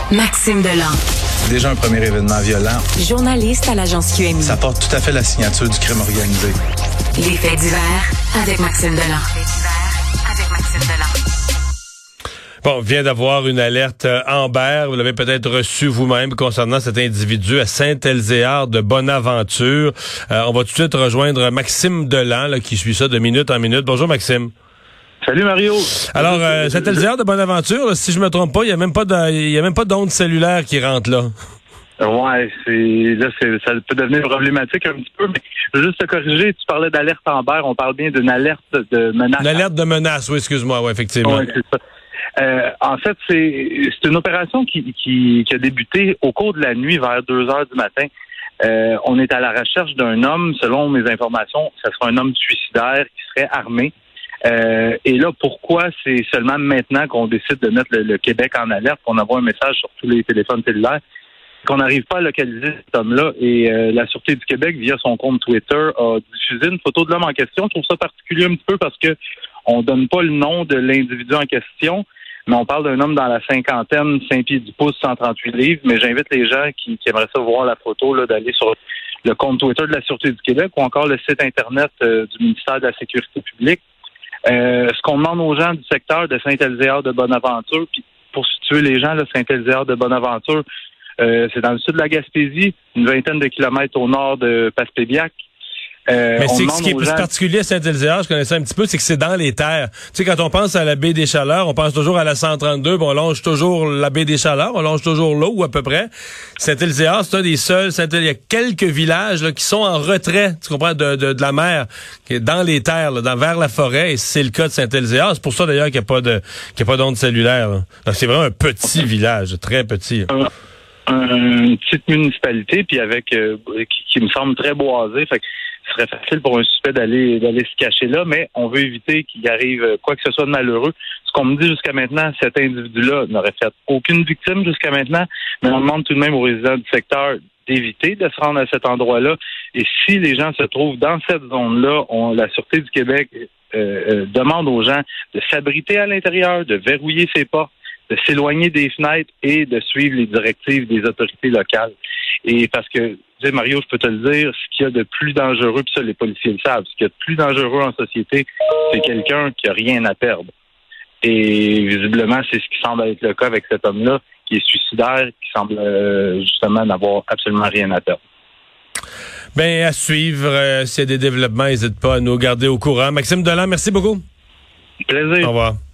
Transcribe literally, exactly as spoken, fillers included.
Maxime Delan. C'est déjà un premier événement violent. Journaliste à l'agence Q M I. Ça porte tout à fait la signature du crime organisé. Les faits divers avec Maxime Delan. Les faits divers avec Maxime Delan. Bon, on vient d'avoir une alerte Amber, vous l'avez peut-être reçue vous-même concernant cet individu à Saint-Elzéar de Bonaventure. Euh, on va tout de suite rejoindre Maxime Delan, là, qui suit ça de minute en minute. Bonjour Maxime. Salut Mario. Alors, euh, Saint-Elzéar de Bonaventure, là, si je me trompe pas, il y a même pas de, il y a même pas d'onde cellulaire qui rentre là. Ouais, c'est là, c'est, ça peut devenir problématique un petit peu, mais je veux juste te corriger, tu parlais d'alerte Amber, on parle bien d'une alerte de menace. Une alerte de menace, oui, excuse-moi, ouais, effectivement. Ouais, c'est ça. Euh, en fait, c'est, c'est une opération qui, qui, qui a débuté au cours de la nuit vers deux heures du matin. Euh, on est à la recherche d'un homme, selon mes informations, ce sera un homme suicidaire qui serait armé. Euh, et là, pourquoi c'est seulement maintenant qu'on décide de mettre le, le Québec en alerte, qu'on envoie un message sur tous les téléphones cellulaires, qu'on n'arrive pas à localiser cet homme-là. Et euh, la Sûreté du Québec, via son compte Twitter, a diffusé une photo de l'homme en question. Je trouve ça particulier un petit peu parce que on donne pas le nom de l'individu en question, mais on parle d'un homme dans la cinquantaine, cinq pieds du pouce, cent trente-huit livres. Mais j'invite les gens qui, qui aimeraient ça voir la photo, là, d'aller sur le compte Twitter de la Sûreté du Québec ou encore le site Internet euh, du ministère de la Sécurité publique. Euh, ce qu'on demande aux gens du secteur de Saint-Elzéar de Bonaventure, puis pour situer les gens, là, Saint-Elzéar de Bonaventure, euh, c'est dans le sud de la Gaspésie, une vingtaine de kilomètres au nord de Passepébiac. Euh, Mais c'est on ce qui est plus gens... particulier à Saint-Elzéar, je connais ça un petit peu, c'est que c'est dans les terres. Tu sais, quand on pense à la baie des Chaleurs, on pense toujours à la cent trente-deux, puis on longe toujours la baie des Chaleurs, on longe toujours l'eau, ou à peu près. Saint-Elzéar, c'est un des seuls. Saint il y a quelques villages là, qui sont en retrait, tu comprends, de, de, de la mer, qui est dans les terres, là, dans, vers la forêt, et c'est le cas de Saint-Elzéar. C'est pour ça d'ailleurs qu'il n'y a pas de qu'il n'y a pas d'onde cellulaire. Là. Donc, c'est vraiment un petit village, très petit. Un, un, une petite municipalité, puis avec euh, qui, qui me semble très boisée. Fait que ce serait facile pour un suspect d'aller d'aller se cacher là, mais on veut éviter qu'il arrive quoi que ce soit de malheureux. Ce qu'on me dit jusqu'à maintenant, cet individu-là n'aurait fait aucune victime jusqu'à maintenant, mais on demande tout de même aux résidents du secteur d'éviter de se rendre à cet endroit-là. Et si les gens se trouvent dans cette zone-là, on, la Sûreté du Québec euh, euh, demande aux gens de s'abriter à l'intérieur, de verrouiller ses portes, de s'éloigner des fenêtres et de suivre les directives des autorités locales. Et parce que, tu sais, Mario, je peux te le dire, ce qu'il y a de plus dangereux, puis ça, les policiers le savent, ce qu'il y a de plus dangereux en société, c'est quelqu'un qui a rien à perdre. Et visiblement, c'est ce qui semble être le cas avec cet homme-là, qui est suicidaire, qui semble euh, justement n'avoir absolument rien à perdre. Ben, à suivre. Euh, s'il y a des développements, n'hésite pas à nous garder au courant. Maxime Delan, merci beaucoup. Plaisir. Au revoir.